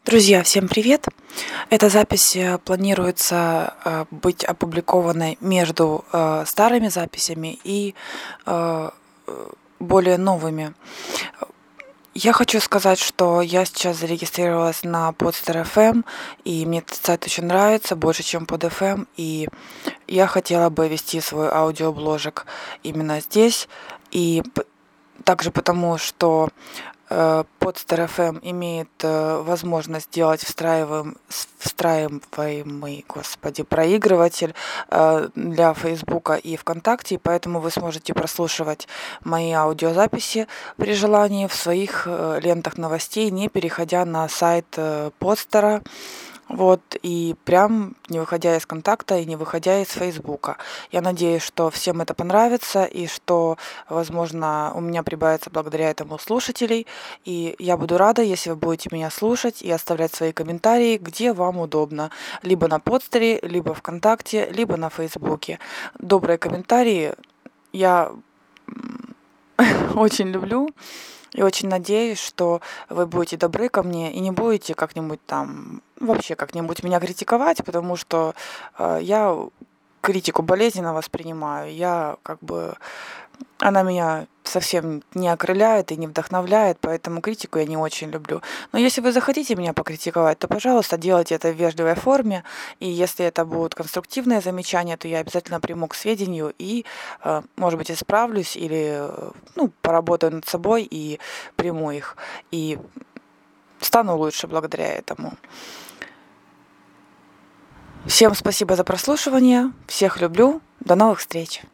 Друзья, всем привет! Эта запись планируется быть опубликованной между старыми записями и э, более новыми. Я хочу сказать, что я сейчас зарегистрировалась на Podster FM, и мне этот сайт очень нравится, больше, чем под FM, и я хотела бы вести свой аудиобложек именно здесь, и также потому, что Podster FM имеет возможность сделать встраиваемый, господи, проигрыватель для Фейсбука и ВКонтакте, и поэтому вы сможете прослушивать мои аудиозаписи при желании в своих лентах новостей, не переходя на сайт Подстера. Вот, и прям не выходя из контакта и не выходя из Фейсбука. Я надеюсь, что всем это понравится и что, возможно, у меня прибавится благодаря этому слушателей. И я буду рада, если вы будете меня слушать и оставлять свои комментарии, где вам удобно. Либо на Подстере, либо ВКонтакте, либо на Фейсбуке. Добрые комментарии я очень люблю. И очень надеюсь, что вы будете добры ко мне и не будете как-нибудь там вообще как-нибудь меня критиковать, потому что я критику болезненно воспринимаю. Она меня совсем не окрыляет и не вдохновляет, поэтому критику я не очень люблю. Но если вы захотите меня покритиковать, то, пожалуйста, делайте это в вежливой форме. И если это будут конструктивные замечания, то я обязательно приму к сведению и, может быть, исправлюсь или, поработаю над собой и приму их. И стану лучше благодаря этому. Всем спасибо за прослушивание. Всех люблю. До новых встреч.